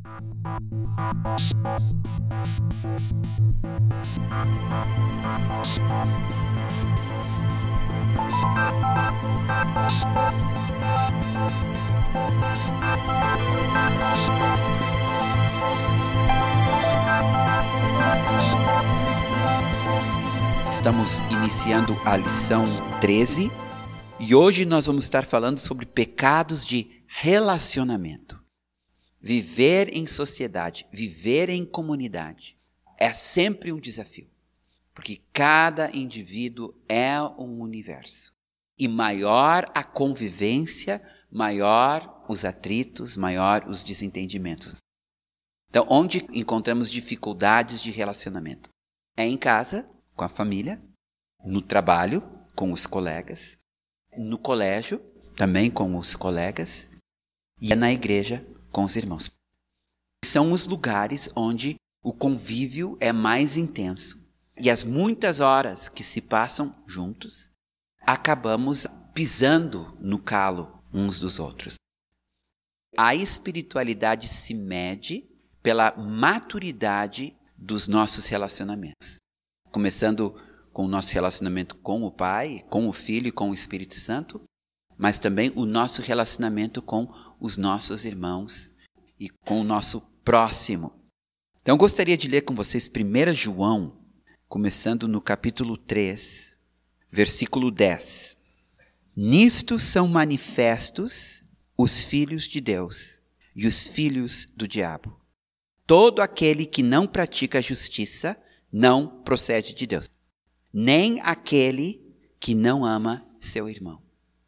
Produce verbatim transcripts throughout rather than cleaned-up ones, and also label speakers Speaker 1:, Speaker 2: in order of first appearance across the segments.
Speaker 1: Estamos iniciando a lição treze e hoje nós vamos estar falando sobre pecados de relacionamento. Viver em sociedade, viver em comunidade é sempre um desafio, porque cada indivíduo é um universo. E maior a convivência, maior os atritos, maior os desentendimentos. Então, onde encontramos dificuldades de relacionamento? É em casa, com a família, no trabalho, com os colegas, no colégio, também com os colegas, e na igreja, com os irmãos. São os lugares onde o convívio é mais intenso. E as muitas horas que se passam juntos, acabamos pisando no calo uns dos outros. A espiritualidade se mede pela maturidade dos nossos relacionamentos. Começando com o nosso relacionamento com o Pai, com o Filho e com o Espírito Santo, mas também o nosso relacionamento com os nossos irmãos e com o nosso próximo. Então, eu gostaria de ler com vocês primeiro João, começando no capítulo três, versículo dez. Nisto são manifestos os filhos de Deus e os filhos do diabo. Todo aquele que não pratica a justiça não procede de Deus, nem aquele que não ama seu irmão.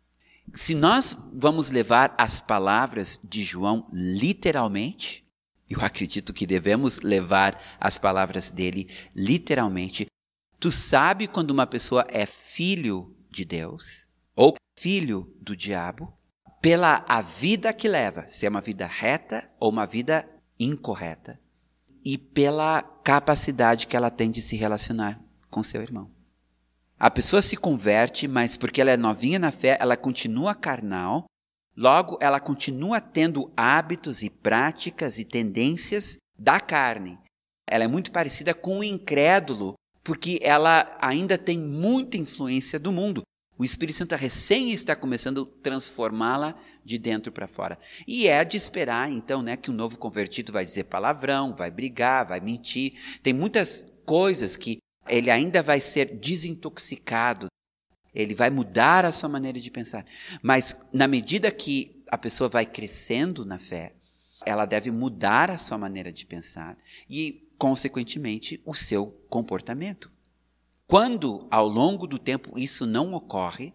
Speaker 1: Se nós vamos levar as palavras de João literalmente, eu acredito que devemos levar as palavras dele literalmente. Tu sabe quando uma pessoa é filho de Deus ou filho do diabo pela a vida que leva, se é uma vida reta ou uma vida incorreta, e pela capacidade que ela tem de se relacionar com seu irmão. A pessoa se converte, mas porque ela é novinha na fé, ela continua carnal, logo ela continua tendo hábitos e práticas e tendências da carne. Ela é muito parecida com o incrédulo, porque ela ainda tem muita influência do mundo. O Espírito Santo recém está começando a transformá-la de dentro para fora. E é de esperar, então, né, que o novo convertido vai dizer palavrão, vai brigar, vai mentir. Tem muitas coisas que ele ainda vai ser desintoxicado. Ele vai mudar a sua maneira de pensar. Mas, na medida que a pessoa vai crescendo na fé, ela deve mudar a sua maneira de pensar e, consequentemente, o seu comportamento. Quando, ao longo do tempo, isso não ocorre,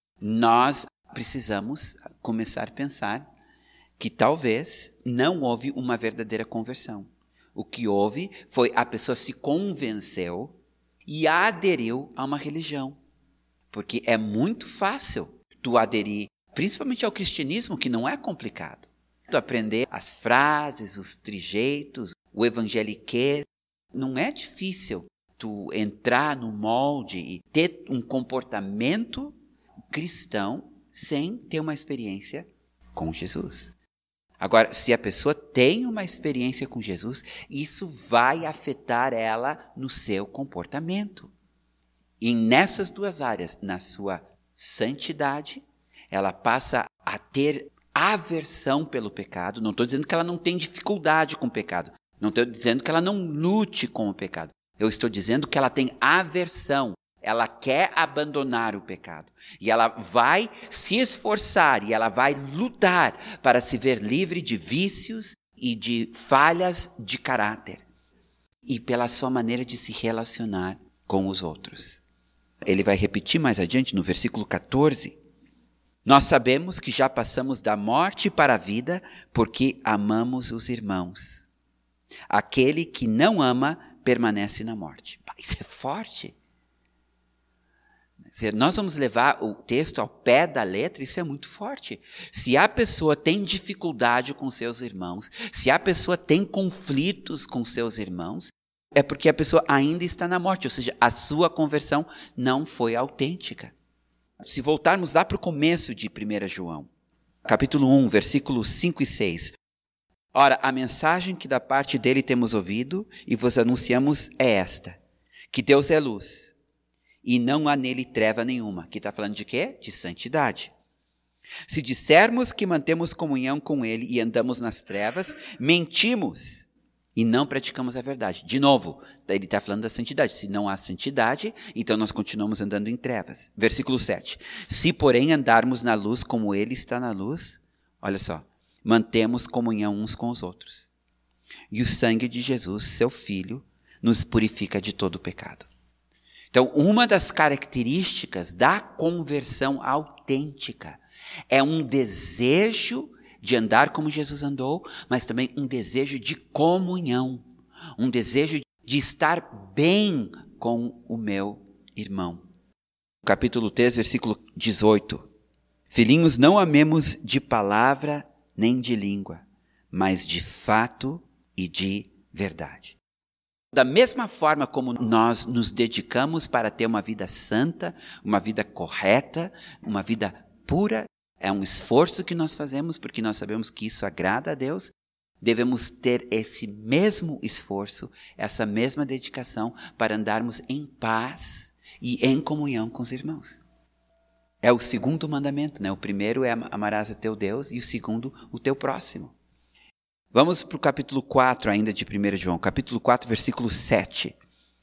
Speaker 1: nós precisamos começar a pensar que talvez não houve uma verdadeira conversão. O que houve foi a pessoa se convenceu e aderiu a uma religião. Porque é muito fácil tu aderir, principalmente ao cristianismo, que não é complicado. Tu aprender as frases, os trejeitos, o evangeliquez, não é difícil tu entrar no molde e ter um comportamento cristão sem ter uma experiência com Jesus. Agora, se a pessoa tem uma experiência com Jesus, isso vai afetar ela no seu comportamento. E nessas duas áreas, na sua santidade, ela passa a ter aversão pelo pecado. Não estou dizendo que ela não tem dificuldade com o pecado. Não estou dizendo que ela não lute com o pecado. Eu estou dizendo que ela tem aversão. Ela quer abandonar o pecado. E ela vai se esforçar e ela vai lutar para se ver livre de vícios e de falhas de caráter. E pela sua maneira de se relacionar com os outros. Ele vai repetir mais adiante no versículo catorze. Nós sabemos que já passamos da morte para a vida porque amamos os irmãos. Aquele que não ama permanece na morte. Isso é forte. Se nós vamos levar o texto ao pé da letra, isso é muito forte. Se a pessoa tem dificuldade com seus irmãos, se a pessoa tem conflitos com seus irmãos, é porque a pessoa ainda está na morte, ou seja, a sua conversão não foi autêntica. Se voltarmos lá para o começo de primeiro João, capítulo um, versículos cinco e seis, Ora, a mensagem que da parte dele temos ouvido e vos anunciamos é esta, que Deus é luz e não há nele treva nenhuma. Aqui está falando de quê? De santidade. Se dissermos que mantemos comunhão com ele e andamos nas trevas, mentimos e não praticamos a verdade. De novo, ele está falando da santidade. Se não há santidade, então nós continuamos andando em trevas. Versículo sete. Se, porém, andarmos na luz como ele está na luz, olha só, mantemos comunhão uns com os outros. E o sangue de Jesus, seu Filho, nos purifica de todo o pecado. Então, uma das características da conversão autêntica é um desejo de andar como Jesus andou, mas também um desejo de comunhão, um desejo de estar bem com o meu irmão. Capítulo três, versículo dezoito. Filhinhos, não amemos de palavra nem de língua, mas de fato e de verdade. Da mesma forma como nós nos dedicamos para ter uma vida santa, uma vida correta, uma vida pura, é um esforço que nós fazemos porque nós sabemos que isso agrada a Deus, devemos ter esse mesmo esforço, essa mesma dedicação para andarmos em paz e em comunhão com os irmãos. É o segundo mandamento, né? O primeiro é amarás a teu Deus e o segundo o teu próximo. Vamos para o capítulo quatro ainda de primeiro João, capítulo quatro, versículo sete.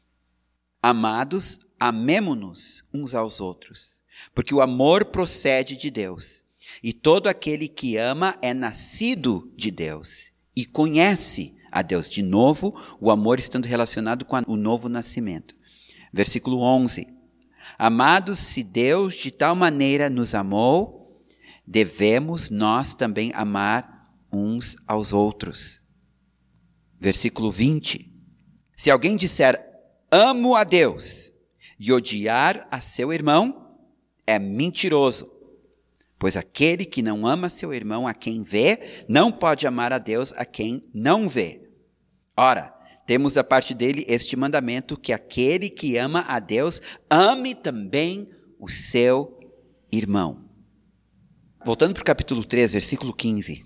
Speaker 1: Amados, amemo-nos uns aos outros, porque o amor procede de Deus, e todo aquele que ama é nascido de Deus e conhece a Deus. De novo, o amor estando relacionado com o novo nascimento. Versículo onze. Amados, se Deus de tal maneira nos amou, devemos nós também amar uns aos outros. Versículo vinte. Se alguém disser, amo a Deus, e odiar a seu irmão, é mentiroso. Pois aquele que não ama seu irmão a quem vê, não pode amar a Deus a quem não vê. Ora, temos da parte dele este mandamento, que aquele que ama a Deus, ame também o seu irmão. Voltando para o capítulo três, versículo quinze.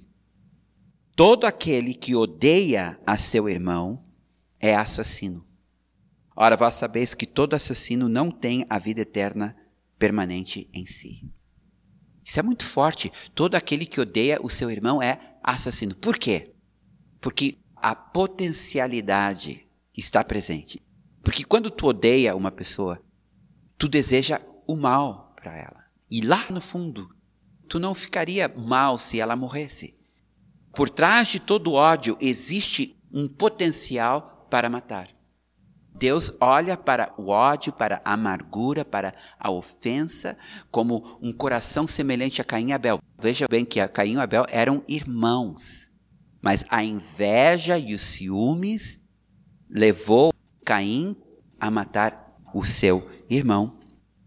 Speaker 1: Todo aquele que odeia a seu irmão é assassino. Ora, vós sabeis que todo assassino não tem a vida eterna permanente em si. Isso é muito forte. Todo aquele que odeia o seu irmão é assassino. Por quê? Porque a potencialidade está presente. Porque quando tu odeia uma pessoa, tu deseja o mal para ela. E lá no fundo, tu não ficaria mal se ela morresse. Por trás de todo ódio existe um potencial para matar. Deus olha para o ódio, para a amargura, para a ofensa, como um coração semelhante a Caim e Abel. Veja bem que Caim e Abel eram irmãos, mas a inveja e os ciúmes levou Caim a matar o seu irmão.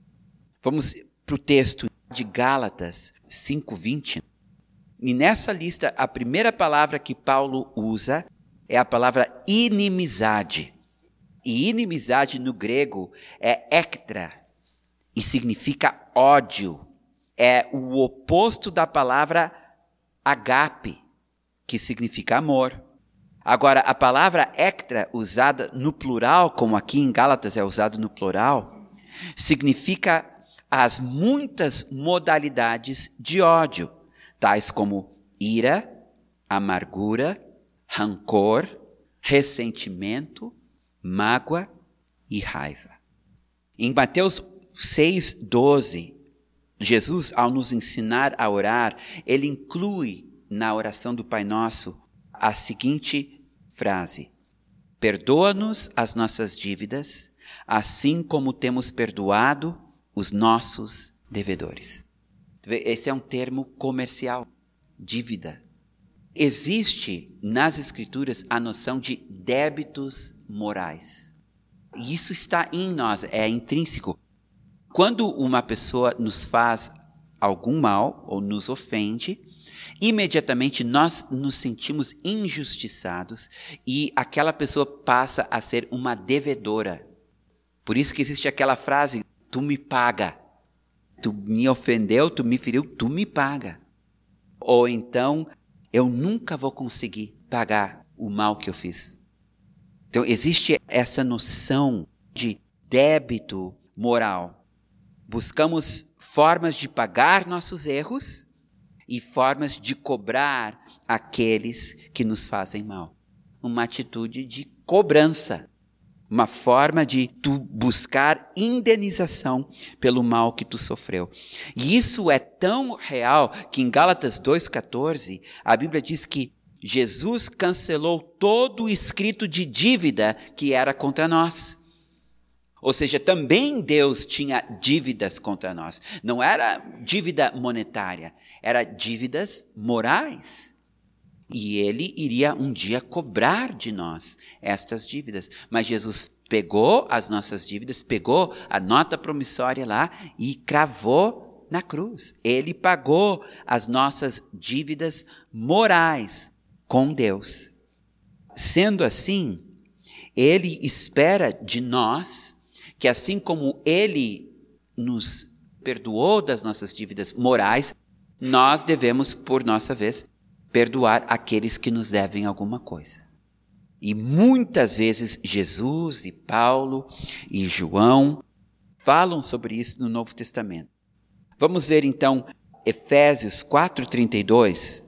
Speaker 1: Vamos para o texto de Gálatas cinco, vinte. E nessa lista, a primeira palavra que Paulo usa é a palavra inimizade. E inimizade no grego é ektra, e significa ódio. É o oposto da palavra agape, que significa amor. Agora, a palavra ektra, usada no plural, como aqui em Gálatas é usado no plural, significa as muitas modalidades de ódio, tais como ira, amargura, rancor, ressentimento, mágoa e raiva. Em Mateus seis, doze, Jesus, ao nos ensinar a orar, ele inclui na oração do Pai Nosso a seguinte frase: perdoa-nos as nossas dívidas, assim como temos perdoado os nossos devedores. Esse é um termo comercial, dívida. Existe nas Escrituras a noção de débitos morais. E isso está em nós, é intrínseco. Quando uma pessoa nos faz algum mal ou nos ofende, imediatamente nós nos sentimos injustiçados e aquela pessoa passa a ser uma devedora. Por isso que existe aquela frase, tu me paga. Tu me ofendeu, tu me feriu, tu me paga. Ou então, eu nunca vou conseguir pagar o mal que eu fiz. Então, existe essa noção de débito moral. Buscamos formas de pagar nossos erros e formas de cobrar aqueles que nos fazem mal. Uma atitude de cobrança. Uma forma de tu buscar indenização pelo mal que tu sofreu. E isso é tão real que em Gálatas dois, catorze, a Bíblia diz que Jesus cancelou todo o escrito de dívida que era contra nós. Ou seja, também Deus tinha dívidas contra nós. Não era dívida monetária, era dívidas morais. E ele iria um dia cobrar de nós estas dívidas. Mas Jesus pegou as nossas dívidas, pegou a nota promissória lá e cravou na cruz. Ele pagou as nossas dívidas morais com Deus. Sendo assim, ele espera de nós que assim como ele nos perdoou das nossas dívidas morais, nós devemos, por nossa vez, perdoar aqueles que nos devem alguma coisa. E muitas vezes Jesus e Paulo e João falam sobre isso no Novo Testamento. Vamos ver então Efésios quatro, trinta e dois.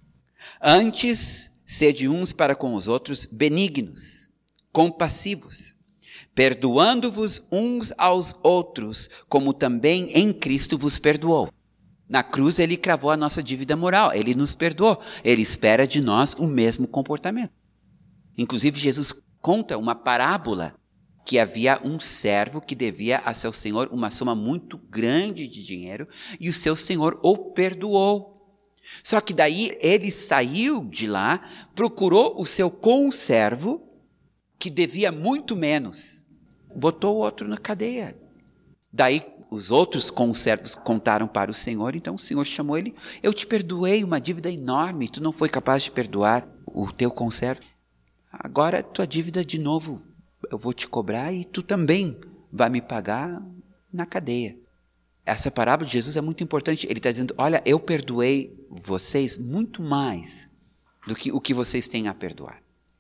Speaker 1: Antes, sede uns para com os outros benignos, compassivos, perdoando-vos uns aos outros, como também em Cristo vos perdoou. Na cruz ele cravou a nossa dívida moral, ele nos perdoou, ele espera de nós o mesmo comportamento. Inclusive Jesus conta uma parábola que havia um servo que devia a seu senhor uma soma muito grande de dinheiro e o seu senhor o perdoou. Só que daí ele saiu de lá, procurou o seu conservo que devia muito menos, botou o outro na cadeia. Daí os outros conservos contaram para o Senhor, então o Senhor chamou ele, eu te perdoei uma dívida enorme, tu não foi capaz de perdoar o teu conservo. Agora tua dívida de novo eu vou te cobrar e tu também vai me pagar na cadeia. Essa parábola de Jesus é muito importante, ele está dizendo, olha, eu perdoei vocês muito mais do que o que vocês têm a perdoar.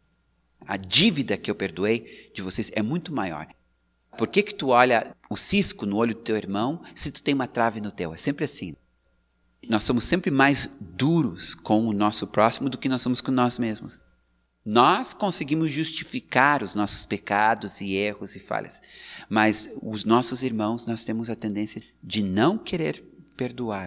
Speaker 1: A dívida que eu perdoei de vocês é muito maior. Por que que tu olha o cisco no olho do teu irmão se tu tem uma trave no teu? É sempre assim. Nós somos sempre mais duros com o nosso próximo do que nós somos com nós mesmos. Nós conseguimos justificar os nossos pecados e erros e falhas. Mas os nossos irmãos, nós temos a tendência de não querer perdoar.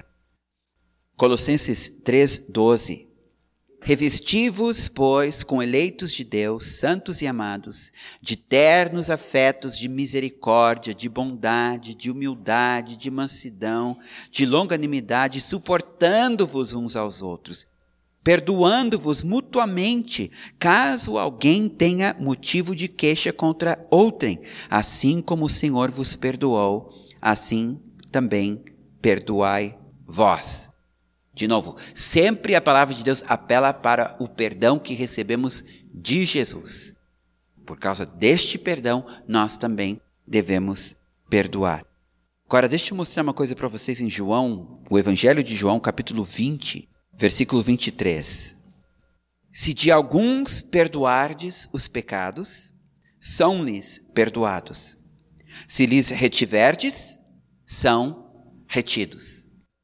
Speaker 1: Colossenses três, doze. Revesti-vos, pois, com eleitos de Deus, santos e amados, de ternos afetos de misericórdia, de bondade, de humildade, de mansidão, de longanimidade, suportando-vos uns aos outros, perdoando-vos mutuamente, caso alguém tenha motivo de queixa contra outrem, assim como o Senhor vos perdoou, assim também perdoai vós. De novo, sempre a palavra de Deus apela para o perdão que recebemos de Jesus. Por causa deste perdão, nós também devemos perdoar. Agora, deixa eu mostrar uma coisa para vocês em João, o Evangelho de João, capítulo vinte, versículo vinte e três. Se de alguns perdoardes os pecados, são-lhes perdoados. Se lhes retiverdes, são retidos.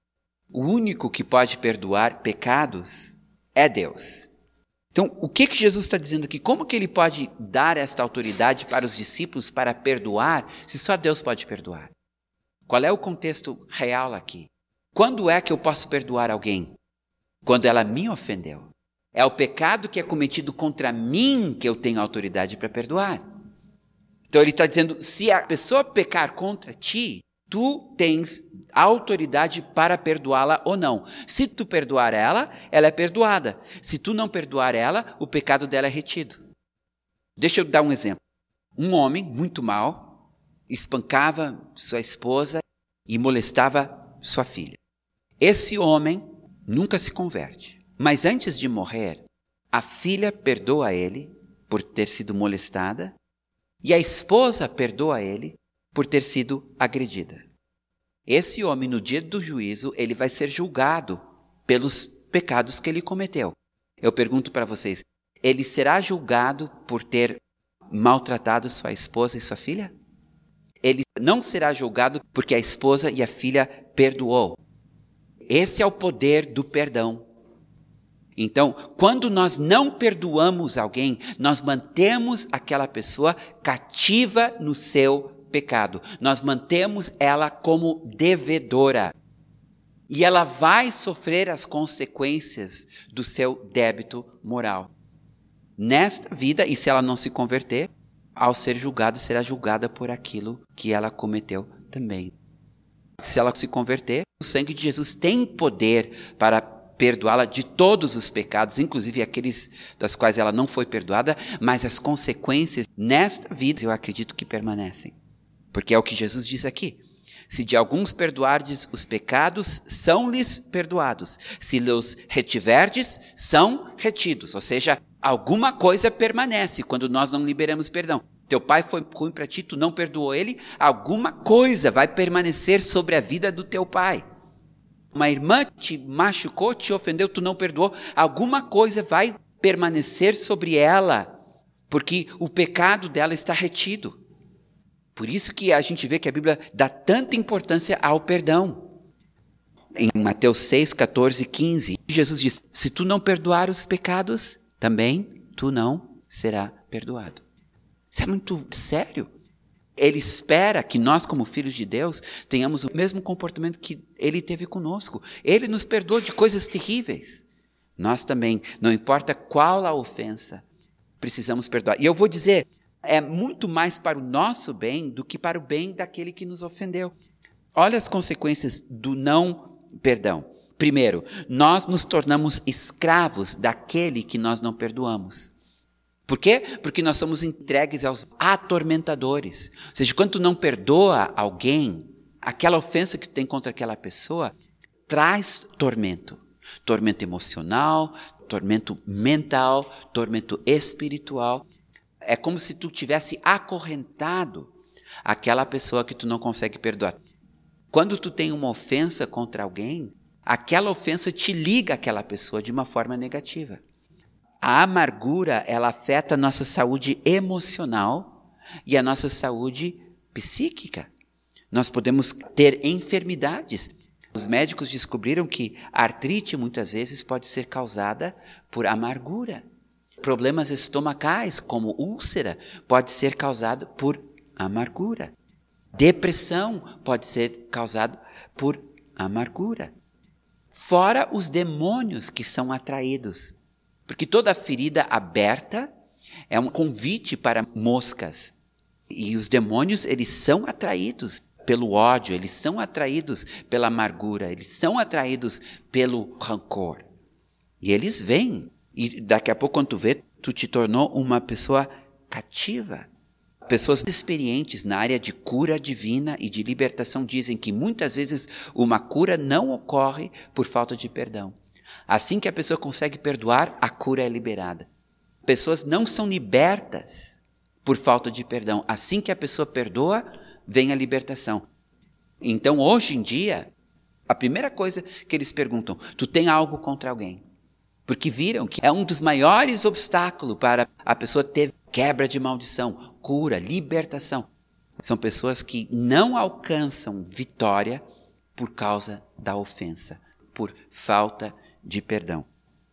Speaker 1: O único que pode perdoar pecados é Deus. Então, o que que Jesus está dizendo aqui? Como que ele pode dar esta autoridade para os discípulos para perdoar, se só Deus pode perdoar? Qual é o contexto real aqui? Quando é que eu posso perdoar alguém? Quando ela me ofendeu. É o pecado que é cometido contra mim que eu tenho autoridade para perdoar. Então, ele está dizendo, se a pessoa pecar contra ti, tu tens autoridade para perdoá-la ou não. Se tu perdoar ela, ela é perdoada. Se tu não perdoar ela, o pecado dela é retido. Deixa eu dar um exemplo. Um homem muito mau espancava sua esposa e molestava sua filha. Esse homem nunca se converte. Mas antes de morrer, a filha perdoa ele por ter sido molestada e a esposa perdoa ele por ter sido agredida. Esse homem, no dia do juízo, ele vai ser julgado pelos pecados que ele cometeu. Eu pergunto para vocês, ele será julgado por ter maltratado sua esposa e sua filha? Ele não será julgado porque a esposa e a filha perdoou. Esse é o poder do perdão. Então, quando nós não perdoamos alguém, nós mantemos aquela pessoa cativa no seu pecado. Nós mantemos ela como devedora. E ela vai sofrer as consequências do seu débito moral. Nesta vida, e se ela não se converter, ao ser julgada, será julgada por aquilo que ela cometeu também. Se ela se converter, o sangue de Jesus tem poder para perdoá-la de todos os pecados, inclusive aqueles das quais ela não foi perdoada, mas as consequências nesta vida, eu acredito que permanecem. Porque é o que Jesus diz aqui. Se de alguns perdoardes os pecados, são-lhes perdoados. Se los retiverdes, são retidos. Ou seja, alguma coisa permanece quando nós não liberamos perdão. Teu pai foi ruim para ti, tu não perdoou ele, alguma coisa vai permanecer sobre a vida do teu pai. Uma irmã te machucou, te ofendeu, tu não perdoou, alguma coisa vai permanecer sobre ela, porque o pecado dela está retido. Por isso que a gente vê que a Bíblia dá tanta importância ao perdão. Em Mateus seis, catorze e quinze, Jesus diz, se tu não perdoar os pecados, também tu não será perdoado. Isso é muito sério. Ele espera que nós, como filhos de Deus, tenhamos o mesmo comportamento que Ele teve conosco. Ele nos perdoou de coisas terríveis. Nós também, não importa qual a ofensa, precisamos perdoar. E eu vou dizer, é muito mais para o nosso bem do que para o bem daquele que nos ofendeu. Olha as consequências do não perdão. Primeiro, nós nos tornamos escravos daquele que nós não perdoamos. Por quê? Porque nós somos entregues aos atormentadores. Ou seja, quando tu não perdoa alguém, aquela ofensa que tu tem contra aquela pessoa traz tormento. Tormento emocional, tormento mental, tormento espiritual. É como se tu tivesse acorrentado aquela pessoa que tu não consegue perdoar. Quando tu tem uma ofensa contra alguém, aquela ofensa te liga àquela pessoa de uma forma negativa. A amargura, ela afeta a nossa saúde emocional e a nossa saúde psíquica. Nós podemos ter enfermidades. Os médicos descobriram que a artrite muitas vezes pode ser causada por amargura. Problemas estomacais, como úlcera, pode ser causado por amargura. Depressão pode ser causado por amargura. Fora os demônios que são atraídos. Porque toda ferida aberta é um convite para moscas. E os demônios, eles são atraídos pelo ódio, eles são atraídos pela amargura, eles são atraídos pelo rancor. E eles vêm. E daqui a pouco, quando tu vê, tu te tornou uma pessoa cativa. Pessoas experientes na área de cura divina e de libertação dizem que muitas vezes uma cura não ocorre por falta de perdão. Assim que a pessoa consegue perdoar, a cura é liberada. Pessoas não são libertas por falta de perdão. Assim que a pessoa perdoa, vem a libertação. Então, hoje em dia, a primeira coisa que eles perguntam, tu tem algo contra alguém? Porque viram que é um dos maiores obstáculos para a pessoa ter quebra de maldição, cura, libertação. São pessoas que não alcançam vitória por causa da ofensa, por falta de perdão.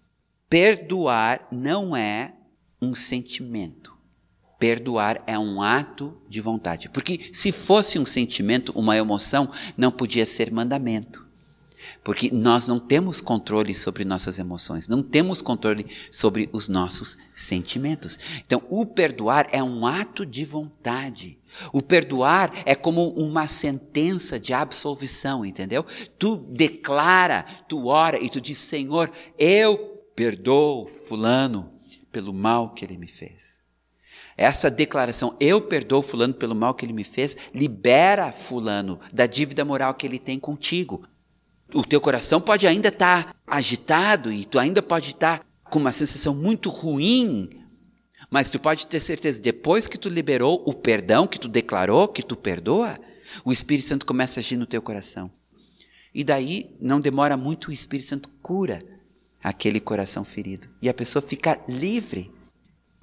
Speaker 1: Perdoar não é um sentimento. Perdoar é um ato de vontade. Porque se fosse um sentimento, uma emoção, não podia ser mandamento. Porque nós não temos controle sobre nossas emoções, não temos controle sobre os nossos sentimentos. Então, o perdoar é um ato de vontade. O perdoar é como uma sentença de absolvição, entendeu? Tu declara, tu ora e tu diz, Senhor, eu perdoo fulano pelo mal que ele me fez. Essa declaração, eu perdoo fulano pelo mal que ele me fez, libera fulano da dívida moral que ele tem contigo. O teu coração pode ainda estar agitado e tu ainda pode estar com uma sensação muito ruim, mas tu pode ter certeza, depois que tu liberou o perdão, que tu declarou, que tu perdoa, o Espírito Santo começa a agir no teu coração. E daí, não demora muito, o Espírito Santo cura aquele coração ferido. E a pessoa fica livre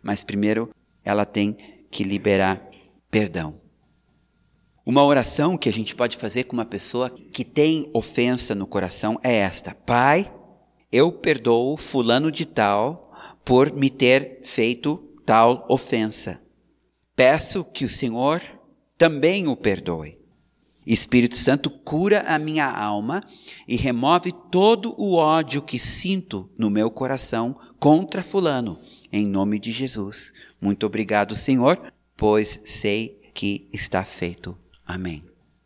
Speaker 1: mas primeiro ela tem que liberar perdão. Uma oração que a gente pode fazer com uma pessoa que tem ofensa no coração é esta: Pai, eu perdoo fulano de tal por me ter feito tal ofensa. Peço que o Senhor também o perdoe. Espírito Santo, cura a minha alma e remove todo o ódio que sinto no meu coração contra fulano, em nome de Jesus. Muito obrigado, Senhor, pois sei que está feito. Amém.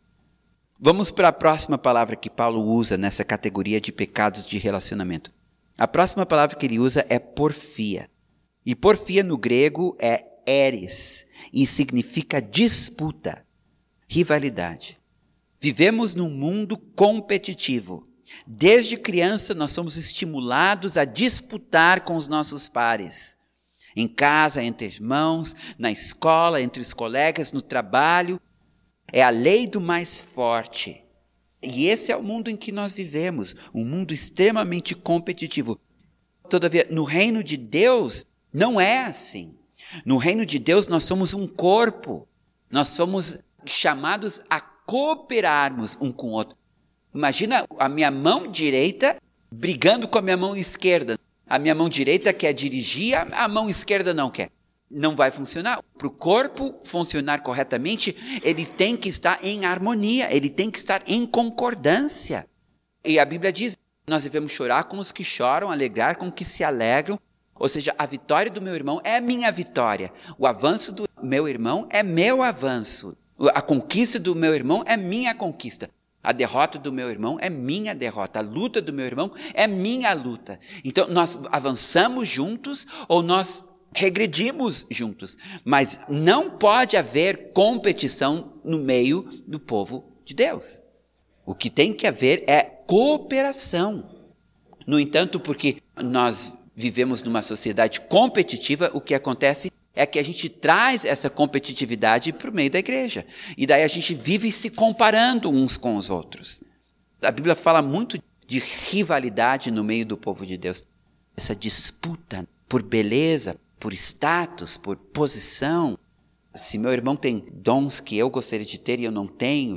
Speaker 1: Vamos para a próxima palavra que Paulo usa nessa categoria de pecados de relacionamento. A próxima palavra que ele usa é porfia. E porfia no grego é eris e significa disputa, rivalidade. Vivemos num mundo competitivo. Desde criança nós somos estimulados a disputar com os nossos pares. Em casa, entre irmãos, na escola, entre os colegas, no trabalho. É a lei do mais forte. E esse é o mundo em que nós vivemos, um mundo extremamente competitivo. Todavia, no reino de Deus, não é assim. No reino de Deus, nós somos um corpo. Nós somos chamados a cooperarmos um com o outro. Imagina a minha mão direita brigando com a minha mão esquerda. A minha mão direita quer dirigir, a mão esquerda não quer. Não vai funcionar. Para o corpo funcionar corretamente, ele tem que estar em harmonia, ele tem que estar em concordância. E a Bíblia diz, nós devemos chorar com os que choram, alegrar com os que se alegram. Ou seja, a vitória do meu irmão é minha vitória. O avanço do meu irmão é meu avanço. A conquista do meu irmão é minha conquista. A derrota do meu irmão é minha derrota. A luta do meu irmão é minha luta. Então, nós avançamos juntos ou nós regredimos juntos. Mas não pode haver competição no meio do povo de Deus. O que tem que haver é cooperação. No entanto, porque nós vivemos numa sociedade competitiva, o que acontece é que a gente traz essa competitividade para o meio da igreja. E daí a gente vive se comparando uns com os outros. A Bíblia fala muito de rivalidade no meio do povo de Deus. Essa disputa por beleza, por status, por posição. Se meu irmão tem dons que eu gostaria de ter e eu não tenho.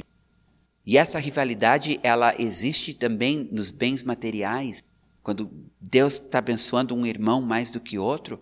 Speaker 1: E essa rivalidade, ela existe também nos bens materiais. Quando Deus está abençoando um irmão mais do que outro.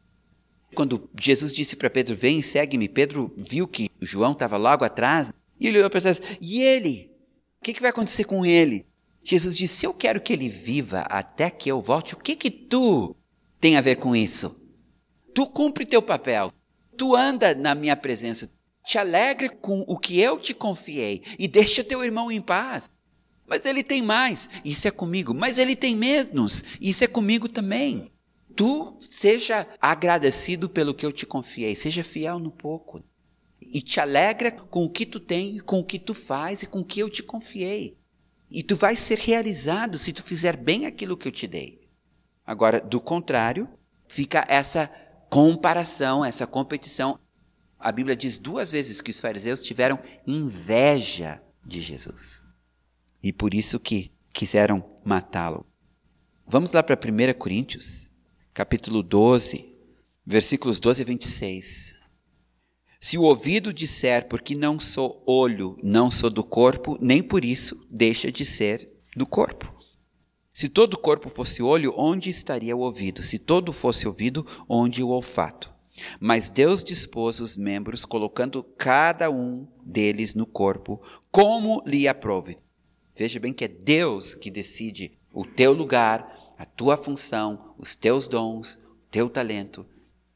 Speaker 1: Quando Jesus disse para Pedro, vem e segue-me, Pedro viu que João estava logo atrás, e ele olhou para trás, e ele? O que, que vai acontecer com ele? Jesus disse, se eu quero que ele viva até que eu volte, o que que tu tem a ver com isso? Tu cumpre teu papel, tu anda na minha presença, te alegra com o que eu te confiei, e deixa teu irmão em paz. Mas ele tem mais, isso é comigo, mas ele tem menos, isso é comigo também. Tu seja agradecido pelo que eu te confiei, seja fiel no pouco. E te alegra com o que tu tem, com o que tu faz e com o que eu te confiei. E tu vais ser realizado se tu fizer bem aquilo que eu te dei. Agora, do contrário, fica essa comparação, essa competição. A Bíblia diz duas vezes que os fariseus tiveram inveja de Jesus. E por isso que quiseram matá-lo. Vamos lá para primeira Coríntios. Capítulo doze, versículos doze a vinte e seis. Se o ouvido disser, porque não sou olho, não sou do corpo, nem por isso deixa de ser do corpo. Se todo o corpo fosse olho, onde estaria o ouvido? Se todo fosse ouvido, onde o olfato? Mas Deus dispôs os membros, colocando cada um deles no corpo, como lhe aprouve. Veja bem que é Deus que decide o teu lugar, a tua função, os teus dons, o teu talento.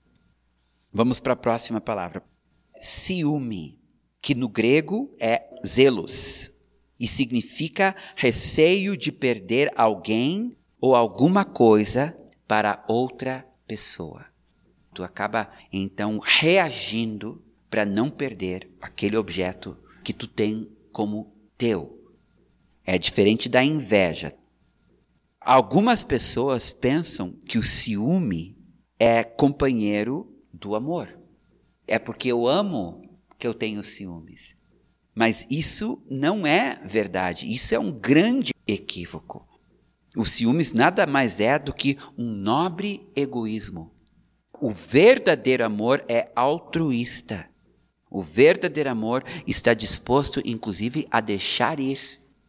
Speaker 1: Vamos para a próxima palavra. Ciúme, que no grego é zelos, e significa receio de perder alguém ou alguma coisa para outra pessoa. Tu acaba, então, reagindo para não perder aquele objeto que tu tem como teu. É diferente da inveja. Algumas pessoas pensam que o ciúme é companheiro do amor. É porque eu amo que eu tenho ciúmes. Mas isso não é verdade. Isso é um grande equívoco. O ciúmes nada mais é do que um nobre egoísmo. O verdadeiro amor é altruísta. O verdadeiro amor está disposto, inclusive, a deixar ir.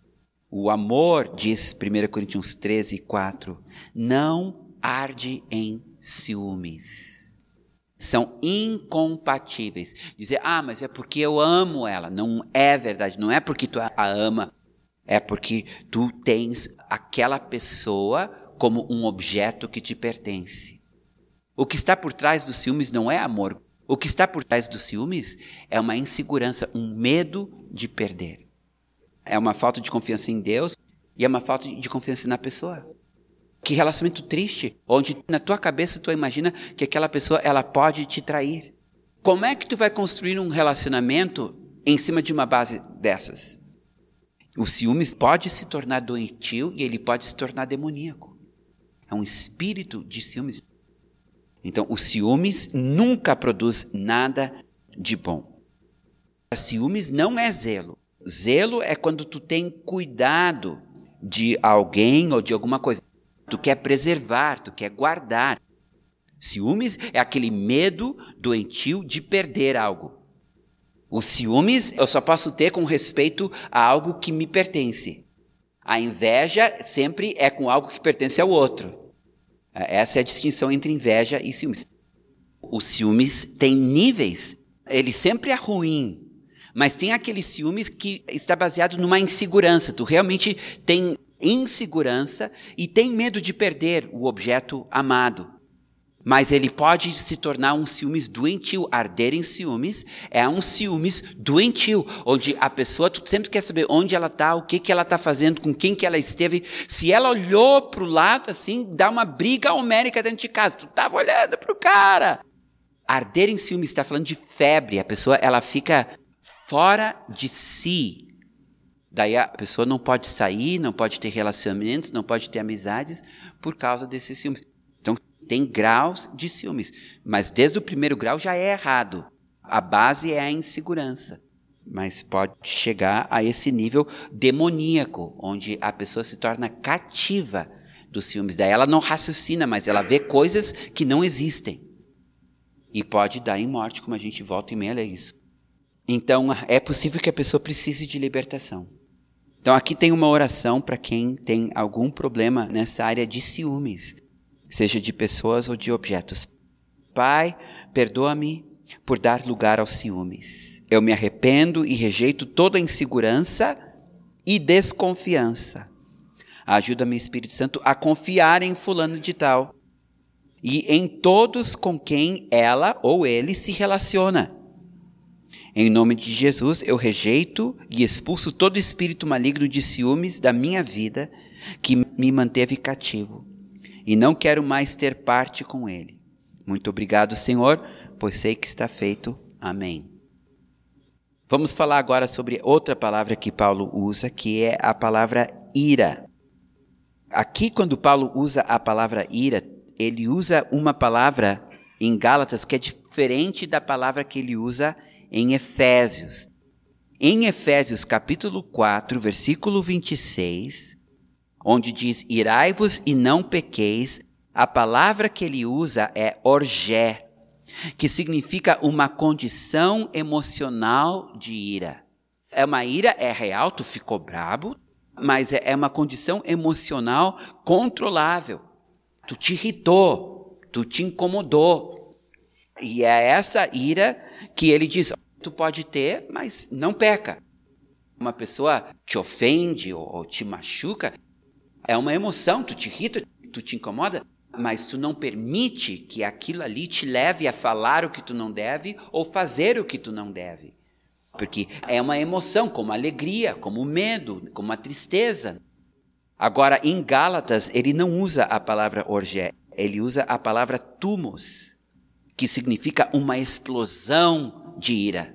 Speaker 1: O amor, diz primeira Coríntios treze, quatro, não arde em ciúmes. São incompatíveis. Dizer, ah, mas é porque eu amo ela. Não é verdade, não é porque tu a ama. É porque tu tens aquela pessoa como um objeto que te pertence. O que está por trás dos ciúmes não é amor. O que está por trás dos ciúmes é uma insegurança, um medo de perder. É uma falta de confiança em Deus e é uma falta de confiança na pessoa. Que relacionamento triste, onde na tua cabeça tu imagina que aquela pessoa ela pode te trair. Como é que tu vai construir um relacionamento em cima de uma base dessas? O ciúmes pode se tornar doentio e ele pode se tornar demoníaco. É um espírito de ciúmes. Então, o ciúmes nunca produz nada de bom. Ciúmes não é zelo. Zelo é quando tu tem cuidado de alguém ou de alguma coisa. Tu quer preservar, tu quer guardar. Ciúmes é aquele medo doentio de perder algo. O ciúmes eu só posso ter com respeito a algo que me pertence. A inveja sempre é com algo que pertence ao outro. Essa é a distinção entre inveja e ciúmes. O ciúmes tem níveis. Ele sempre é ruim. Mas tem aquele ciúmes que está baseado numa insegurança. Tu realmente tem insegurança e tem medo de perder o objeto amado. Mas ele pode se tornar um ciúmes doentio. Arder em ciúmes é um ciúmes doentio, onde a pessoa, tu sempre quer saber onde ela está, o que, que ela está fazendo, com quem que ela esteve. Se ela olhou para o lado, assim, dá uma briga homérica dentro de casa. Tu estava olhando para o cara. Arder em ciúmes está falando de febre. A pessoa ela fica fora de si. Daí a pessoa não pode sair, não pode ter relacionamentos, não pode ter amizades por causa desses ciúmes. Então, tem graus de ciúmes, mas desde o primeiro grau já é errado. A base é a insegurança, mas pode chegar a esse nível demoníaco, onde a pessoa se torna cativa dos ciúmes. Daí ela não raciocina, mas ela vê coisas que não existem. E pode dar em morte, como a gente volta e meia é isso. Então, é possível que a pessoa precise de libertação. Então, aqui tem uma oração para quem tem algum problema nessa área de ciúmes, seja de pessoas ou de objetos. Pai, perdoa-me por dar lugar aos ciúmes. Eu me arrependo e rejeito toda insegurança e desconfiança. Ajuda-me, Espírito Santo, a confiar em fulano de tal e em todos com quem ela ou ele se relaciona. Em nome de Jesus, eu rejeito e expulso todo espírito maligno de ciúmes da minha vida que me manteve cativo. E não quero mais ter parte com ele. Muito obrigado, Senhor, pois sei que está feito. Amém. Vamos falar agora sobre outra palavra que Paulo usa, que é a palavra ira. Aqui, quando Paulo usa a palavra ira, ele usa uma palavra em Gálatas que é diferente da palavra que ele usa em Efésios. Em Efésios capítulo quatro, versículo vinte e seis, onde diz, irai-vos e não pequeis, a palavra que ele usa é orgé, que significa uma condição emocional de ira. É uma ira, é real, tu ficou brabo, mas é uma condição emocional controlável. Tu te irritou, tu te incomodou. E é essa ira que ele diz, tu pode ter, mas não peca. Uma pessoa te ofende ou, ou te machuca, é uma emoção, tu te irrita, tu te incomoda, mas tu não permite que aquilo ali te leve a falar o que tu não deve ou fazer o que tu não deve. Porque é uma emoção, como a alegria, como o medo, como a tristeza. Agora, em Gálatas, ele não usa a palavra orgé, ele usa a palavra tumos, que significa uma explosão de ira.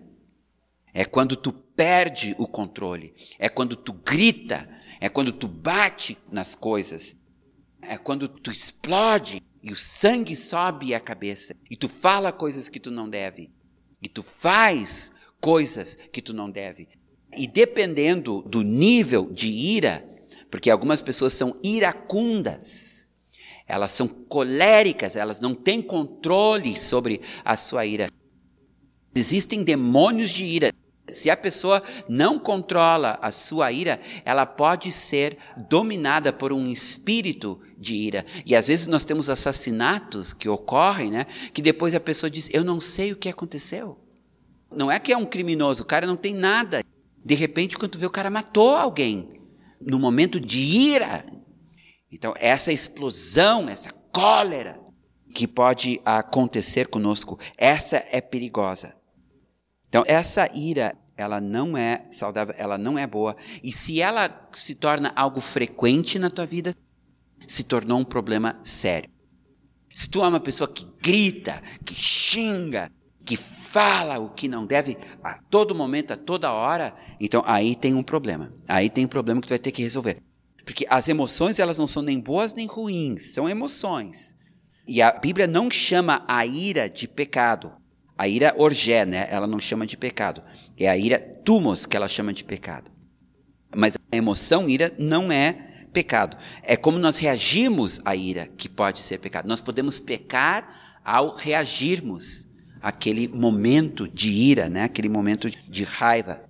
Speaker 1: É quando tu perde o controle, é quando tu grita, é quando tu bate nas coisas, é quando tu explode e o sangue sobe a cabeça e tu fala coisas que tu não deve e tu faz coisas que tu não deve. E dependendo do nível de ira, porque algumas pessoas são iracundas, Elas são coléricas, elas não têm controle sobre a sua ira. Existem demônios de ira. Se a pessoa não controla a sua ira, ela pode ser dominada por um espírito de ira. E às vezes nós temos assassinatos que ocorrem, né? Que depois a pessoa diz, eu não sei o que aconteceu. Não é que é um criminoso, o cara não tem nada. De repente, quando tu vê, o cara matou alguém. No momento de ira. Então, essa explosão, essa cólera que pode acontecer conosco, essa é perigosa. Então, essa ira, ela não é saudável, ela não é boa. E se ela se torna algo frequente na tua vida, se tornou um problema sério. Se tu é uma pessoa que grita, que xinga, que fala o que não deve a todo momento, a toda hora, então aí tem um problema. Aí tem um problema que tu vai ter que resolver. Porque as emoções, elas não são nem boas nem ruins, são emoções. E a Bíblia não chama a ira de pecado. A ira orgé, né? Ela não chama de pecado. É a ira tumos que ela chama de pecado. Mas a emoção ira não é pecado. É como nós reagimos à ira que pode ser pecado. Nós podemos pecar ao reagirmos àquele momento de ira, né? Aquele momento de raiva.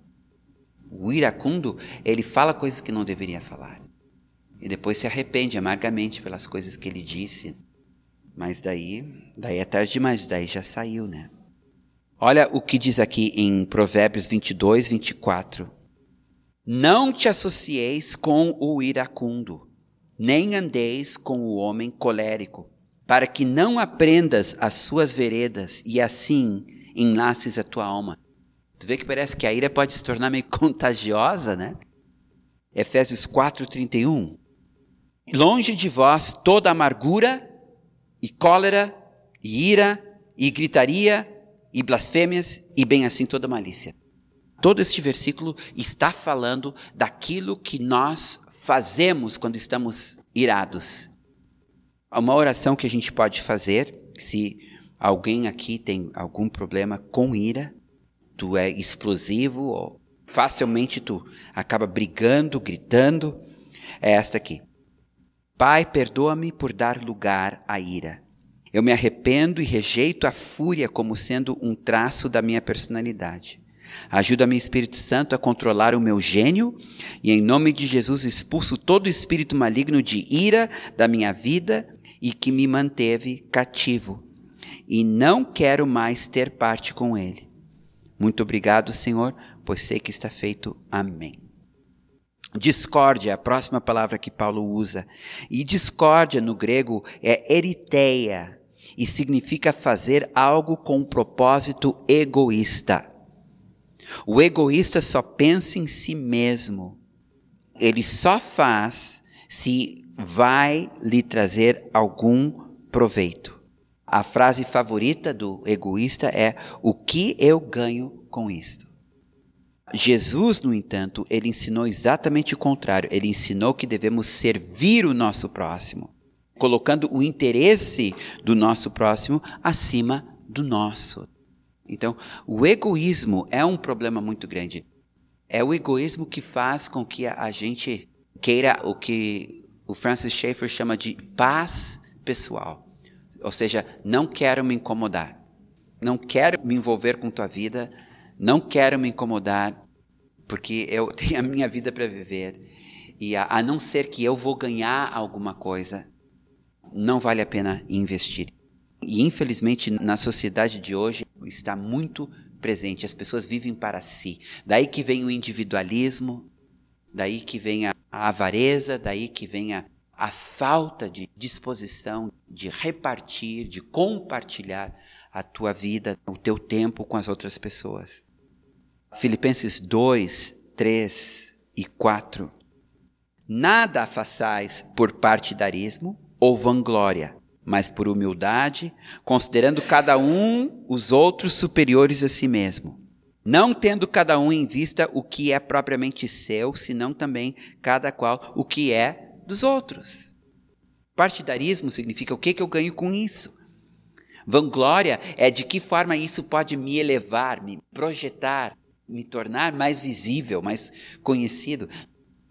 Speaker 1: O iracundo, ele fala coisas que não deveria falar. E depois se arrepende amargamente pelas coisas que ele disse. Mas daí, daí é tarde demais, daí já saiu, né? Olha o que diz aqui em Provérbios vinte e dois, vinte e quatro. Não te associeis com o iracundo, nem andeis com o homem colérico, para que não aprendas as suas veredas e assim enlaces a tua alma. Tu vê que parece que a ira pode se tornar meio contagiosa, né? Efésios quatro, trinta e um. Longe de vós toda amargura e cólera e ira e gritaria e blasfêmias, e bem assim toda malícia. Todo este versículo está falando daquilo que nós fazemos quando estamos irados. Uma oração que a gente pode fazer, se alguém aqui tem algum problema com ira, tu é explosivo, ou facilmente tu acaba brigando, gritando, é esta aqui. Pai, perdoa-me por dar lugar à ira. Eu me arrependo e rejeito a fúria como sendo um traço da minha personalidade. Ajuda-me, Espírito Santo, a controlar o meu gênio e, em nome de Jesus, expulso todo espírito maligno de ira da minha vida e que me manteve cativo. E não quero mais ter parte com ele. Muito obrigado, Senhor, pois sei que está feito. Amém. Discórdia é a próxima palavra que Paulo usa. E discórdia no grego é eritheia. E significa fazer algo com um propósito egoísta. O egoísta só pensa em si mesmo. Ele só faz se vai lhe trazer algum proveito. A frase favorita do egoísta é: o que eu ganho com isto? Jesus, no entanto, ele ensinou exatamente o contrário. Ele ensinou que devemos servir o nosso próximo, colocando o interesse do nosso próximo acima do nosso. Então, o egoísmo é um problema muito grande. É o egoísmo que faz com que a gente queira o que o Francis Schaeffer chama de paz pessoal. Ou seja, não quero me incomodar. Não quero me envolver com tua vida. Não quero me incomodar, porque eu tenho a minha vida para viver. E a, a não ser que eu vou ganhar alguma coisa, não vale a pena investir. E infelizmente na sociedade de hoje está muito presente. As pessoas vivem para si. Daí que vem o individualismo, daí que vem a, a avareza, daí que vem a, a falta de disposição de repartir, de compartilhar a tua vida, o teu tempo com as outras pessoas. Filipenses dois, três e quatro. Nada façais por partidarismo ou vanglória, mas por humildade, considerando cada um os outros superiores a si mesmo. Não tendo cada um em vista o que é propriamente seu, senão também cada qual o que é dos outros. Partidarismo significa o que, que eu ganho com isso. Vanglória é de que forma isso pode me elevar, me projetar, me tornar mais visível, mais conhecido.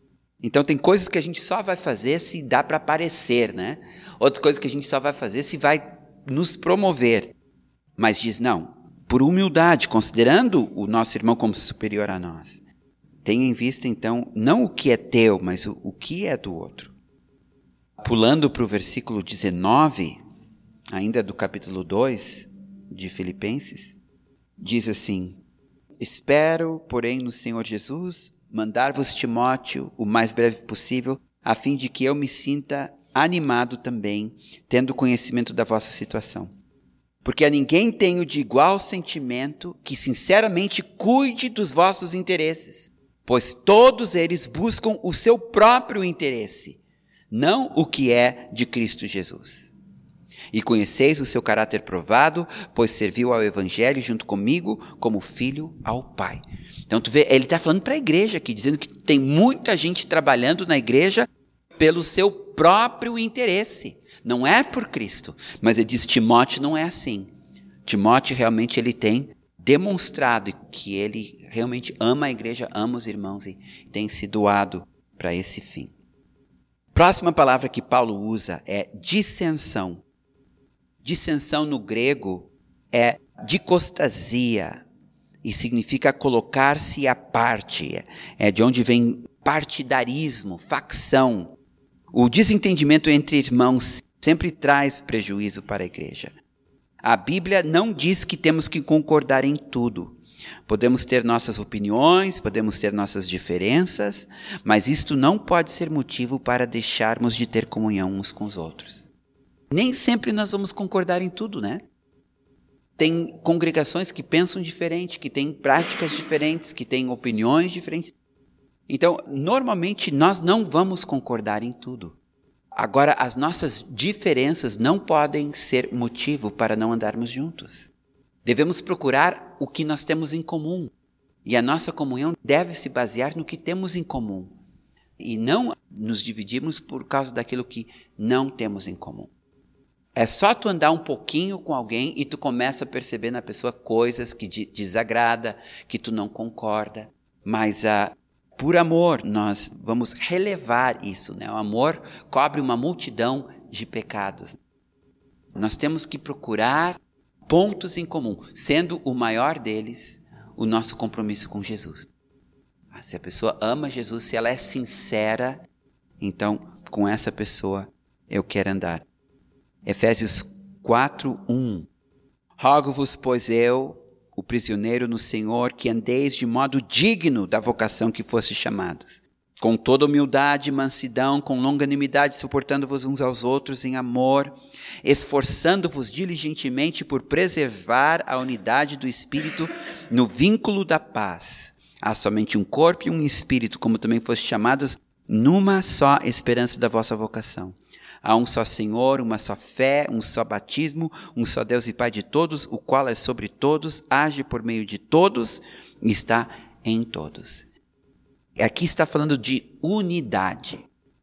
Speaker 1: Então tem coisas que a gente só vai fazer se dá para aparecer, né? Outras coisas que a gente só vai fazer se vai nos promover. Mas diz, não, por humildade, considerando o nosso irmão como superior a nós. Tenha em vista, então, não o que é teu, mas o, o que é do outro. Pulando para o versículo dezenove, ainda do capítulo dois de Filipenses, diz assim: espero, porém, no Senhor Jesus, mandar-vos Timóteo o mais breve possível, a fim de que eu me sinta animado também, tendo conhecimento da vossa situação. Porque a ninguém tenho de igual sentimento que sinceramente cuide dos vossos interesses, pois todos eles buscam o seu próprio interesse, não o que é de Cristo Jesus. E conheceis o seu caráter provado, pois serviu ao Evangelho junto comigo como filho ao Pai. Então tu vê, ele está falando para a igreja aqui, dizendo que tem muita gente trabalhando na igreja pelo seu próprio interesse. Não é por Cristo. Mas ele diz, Timóteo não é assim. Timóteo realmente ele tem demonstrado que ele realmente ama a igreja, ama os irmãos e tem se doado para esse fim. Próxima palavra que Paulo usa é dissensão. Dissensão no grego é dicostasia e significa colocar-se à parte. É de onde vem partidarismo, facção. O desentendimento entre irmãos sempre traz prejuízo para a igreja. A Bíblia não diz que temos que concordar em tudo. Podemos ter nossas opiniões, podemos ter nossas diferenças, mas isto não pode ser motivo para deixarmos de ter comunhão uns com os outros. Nem sempre nós vamos concordar em tudo, né? Tem congregações que pensam diferente, que têm práticas diferentes, que têm opiniões diferentes. Então, normalmente, nós não vamos concordar em tudo. Agora, as nossas diferenças não podem ser motivo para não andarmos juntos. Devemos procurar o que nós temos em comum. E a nossa comunhão deve se basear no que temos em comum. E não nos dividirmos por causa daquilo que não temos em comum. É só tu andar um pouquinho com alguém e tu começa a perceber na pessoa coisas que te desagrada, que tu não concorda. Mas a Por amor, nós vamos relevar isso, né? O amor cobre uma multidão de pecados. Nós temos que procurar pontos em comum, sendo o maior deles o nosso compromisso com Jesus. Se a pessoa ama Jesus, se ela é sincera, então com essa pessoa eu quero andar. Efésios quatro, um. Rogo-vos, pois eu, o prisioneiro no Senhor, que andeis de modo digno da vocação que foste chamados, com toda humildade e mansidão, com longanimidade, suportando-vos uns aos outros em amor, esforçando-vos diligentemente por preservar a unidade do Espírito no vínculo da paz. Há somente um corpo e um espírito, como também fostes chamados, numa só esperança da vossa vocação. Há um só Senhor, uma só fé, um só batismo, um só Deus e Pai de todos, o qual é sobre todos, age por meio de todos e está em todos. Aqui está falando de unidade.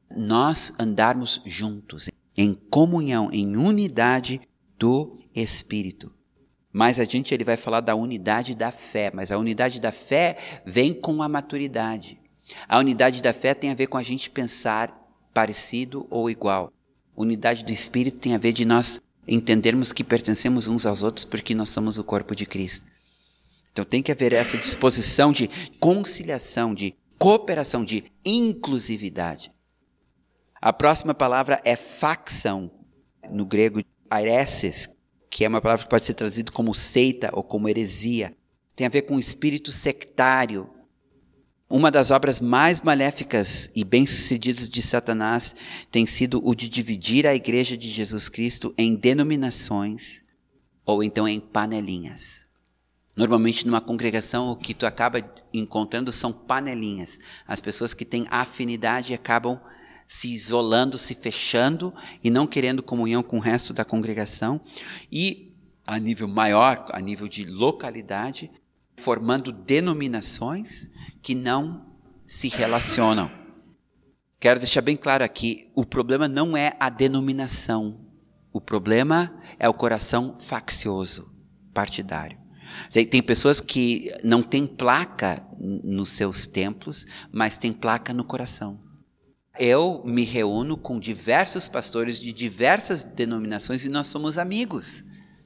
Speaker 1: Nós andarmos juntos, em comunhão, em unidade do Espírito. Mais adiante ele vai falar da unidade da fé, mas a unidade da fé vem com a maturidade. A unidade da fé tem a ver com a gente pensar parecido ou igual. Unidade do Espírito tem a ver de nós entendermos que pertencemos uns aos outros porque nós somos o corpo de Cristo. Então tem que haver essa disposição de conciliação, de cooperação, de inclusividade. A próxima palavra é facção, no grego aireses, que é uma palavra que pode ser traduzida como seita ou como heresia. Tem a ver com o espírito sectário. Uma das obras mais maléficas e bem-sucedidas de Satanás tem sido o de dividir a igreja de Jesus Cristo em denominações ou então em panelinhas. Normalmente numa congregação o que tu acaba encontrando são panelinhas. As pessoas que têm afinidade acabam se isolando, se fechando e não querendo comunhão com o resto da congregação. E a nível maior, a nível de localidade, formando denominações que não se relacionam. Quero deixar bem claro aqui, o problema não é a denominação. O problema é o coração faccioso, partidário. Tem, tem pessoas que não têm placa nos seus templos, mas têm placa no coração. Eu me reúno com diversos pastores de diversas denominações e nós somos amigos.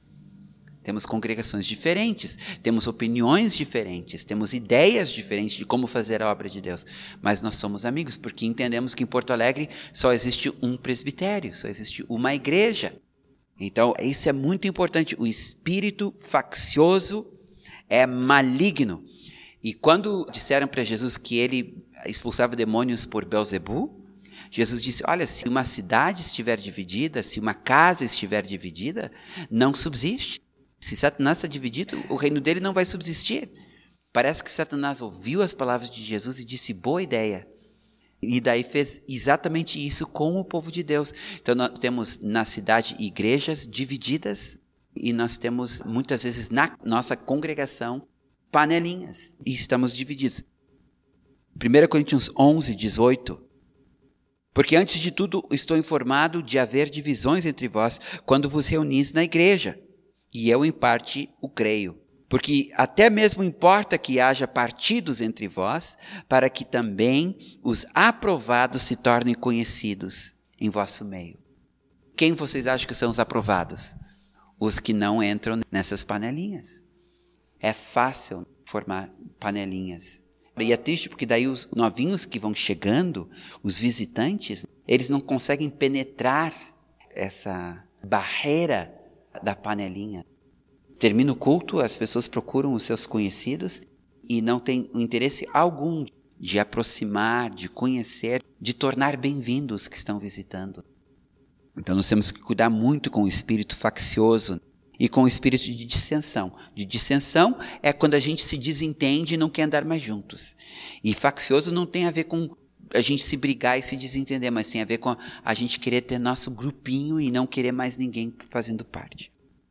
Speaker 1: Temos congregações diferentes, temos opiniões diferentes, temos ideias diferentes de como fazer a obra de Deus. Mas nós somos amigos porque entendemos que em Porto Alegre só existe um presbitério, só existe uma igreja. Então, isso é muito importante. O espírito faccioso é maligno. E quando disseram para Jesus que ele expulsava demônios por Belzebu, Jesus disse, olha, se uma cidade estiver dividida, se uma casa estiver dividida, não subsiste. Se Satanás está dividido, o reino dele não vai subsistir. Parece que Satanás ouviu as palavras de Jesus e disse, boa ideia. E daí fez exatamente isso com o povo de Deus. Então nós temos na cidade igrejas divididas e nós temos muitas vezes na nossa congregação panelinhas e estamos divididos. primeira Coríntios onze, dezoito. Porque antes de tudo estou informado de haver divisões entre vós quando vos reunis na igreja. E eu em parte o creio. Porque até mesmo importa que haja partidos entre vós, para que também os aprovados se tornem conhecidos em vosso meio. Quem vocês acham que são os aprovados? Os que não entram nessas panelinhas. É fácil formar panelinhas. E é triste porque daí os novinhos que vão chegando, os visitantes, eles não conseguem penetrar essa barreira da panelinha. Termina o culto, as pessoas procuram os seus conhecidos e não têm interesse algum de aproximar, de conhecer, de tornar bem-vindos os que estão visitando. Então nós temos que cuidar muito com o espírito faccioso e com o espírito de dissensão. De dissensão é quando a gente se desentende e não quer andar mais juntos. E faccioso não tem a ver com a gente se brigar e se desentender, mas tem a ver com a gente querer ter nosso grupinho e não querer mais ninguém fazendo parte.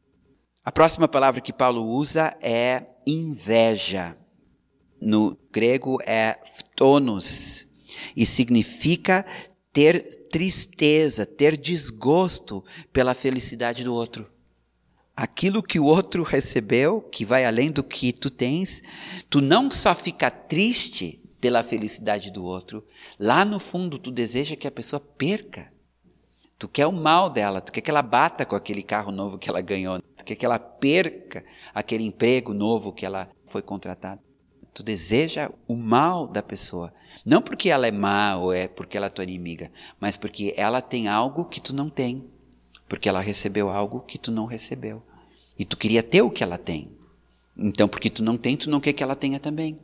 Speaker 1: A próxima palavra que Paulo usa é inveja. No grego é phtonos e significa ter tristeza, ter desgosto pela felicidade do outro. Aquilo que o outro recebeu, que vai além do que tu tens, tu não só fica triste pela felicidade do outro, lá no fundo tu deseja que a pessoa perca. Tu quer o mal dela, tu quer que ela bata com aquele carro novo que ela ganhou, tu quer que ela perca aquele emprego novo que ela foi contratada. Tu deseja o mal da pessoa, não porque ela é má ou é porque ela é tua inimiga, mas porque ela tem algo que tu não tem. Porque ela recebeu algo que tu não recebeu. E tu queria ter o que ela tem. Então, porque tu não tem, tu não quer que ela tenha também.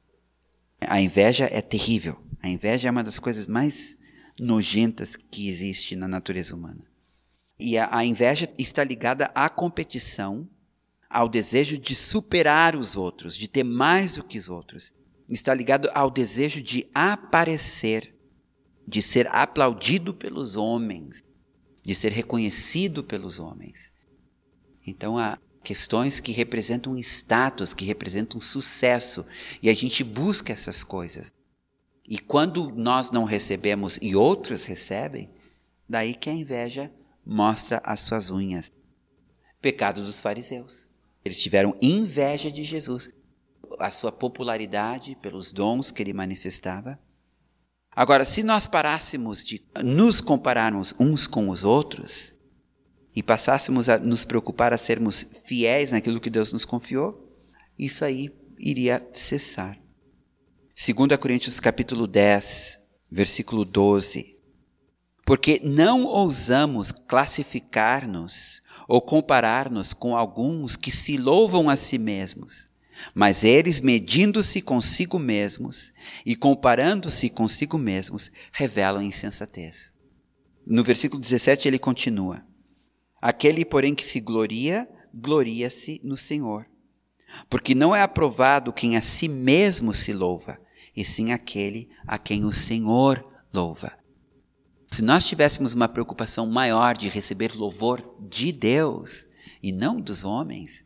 Speaker 1: A inveja é terrível. A inveja é uma das coisas mais nojentas que existe na natureza humana. E a, a inveja está ligada à competição, ao desejo de superar os outros, de ter mais do que os outros. Está ligado ao desejo de aparecer, de ser aplaudido pelos homens, de ser reconhecido pelos homens. Então há questões que representam status, que representam sucesso, e a gente busca essas coisas. E quando nós não recebemos e outros recebem, daí que a inveja mostra as suas unhas. Pecado dos fariseus. Eles tiveram inveja de Jesus, a sua popularidade pelos dons que ele manifestava. Agora, se nós parássemos de nos compararmos uns com os outros e passássemos a nos preocupar a sermos fiéis naquilo que Deus nos confiou, isso aí iria cessar. segunda Coríntios capítulo dez, versículo doze. Porque não ousamos classificar-nos ou comparar-nos com alguns que se louvam a si mesmos, mas eles, medindo-se consigo mesmos e comparando-se consigo mesmos, revelam insensatez. No versículo dezessete ele continua. Aquele, porém, que se gloria, gloria-se no Senhor. Porque não é aprovado quem a si mesmo se louva, e sim aquele a quem o Senhor louva. Se nós tivéssemos uma preocupação maior de receber louvor de Deus e não dos homens,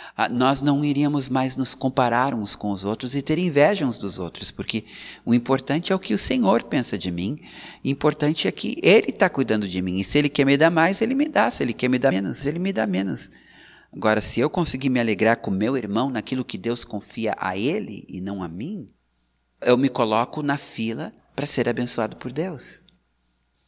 Speaker 1: nós não iríamos mais nos comparar uns com os outros e ter inveja uns dos outros, porque o importante é o que o Senhor pensa de mim, o importante é que Ele está cuidando de mim, e se Ele quer me dar mais, Ele me dá, se Ele quer me dar menos, Ele me dá menos. Agora, se eu conseguir me alegrar com meu irmão naquilo que Deus confia a ele e não a mim, eu me coloco na fila para ser abençoado por Deus.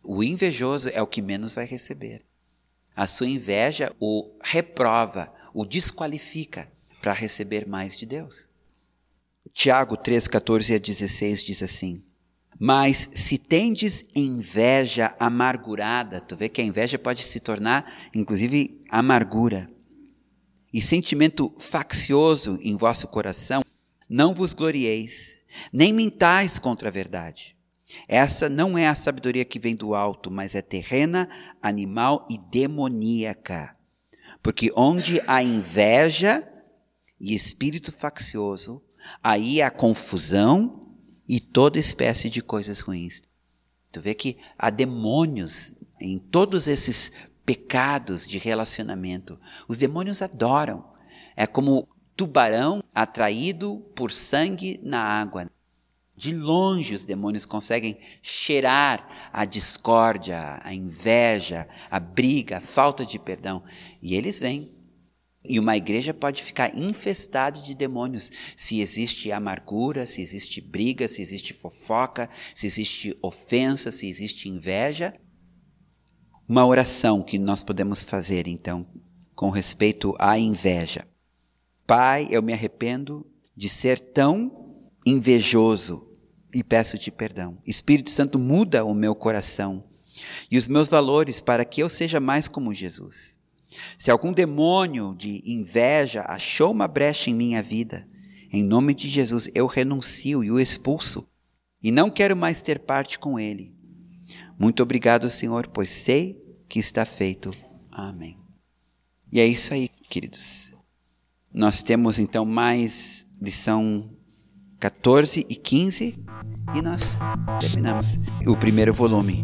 Speaker 1: O invejoso é o que menos vai receber. A sua inveja o reprova, o desqualifica para receber mais de Deus. Tiago três, catorze a dezesseis diz assim: mas se tendes inveja amargurada, tu vê que a inveja pode se tornar, inclusive, amargura, e sentimento faccioso em vosso coração, não vos glorieis, nem mintais contra a verdade. Essa não é a sabedoria que vem do alto, mas é terrena, animal e demoníaca. Porque onde há inveja e espírito faccioso, aí há confusão e toda espécie de coisas ruins. Tu vê que há demônios em todos esses pecados de relacionamento. Os demônios adoram. É como tubarão atraído por sangue na água. De longe os demônios conseguem cheirar a discórdia, a inveja, a briga, a falta de perdão. E eles vêm. E uma igreja pode ficar infestada de demônios se existe amargura, se existe briga, se existe fofoca, se existe ofensa, se existe inveja. Uma oração que nós podemos fazer, então, com respeito à inveja. Pai, eu me arrependo de ser tão invejoso e peço-te perdão. Espírito Santo, muda o meu coração e os meus valores para que eu seja mais como Jesus. Se algum demônio de inveja achou uma brecha em minha vida, em nome de Jesus eu renuncio e o expulso e não quero mais ter parte com ele. Muito obrigado, Senhor, pois sei que está feito. Amém. E é isso aí, queridos. Nós temos então mais lição catorze e quinze e nós terminamos o primeiro volume.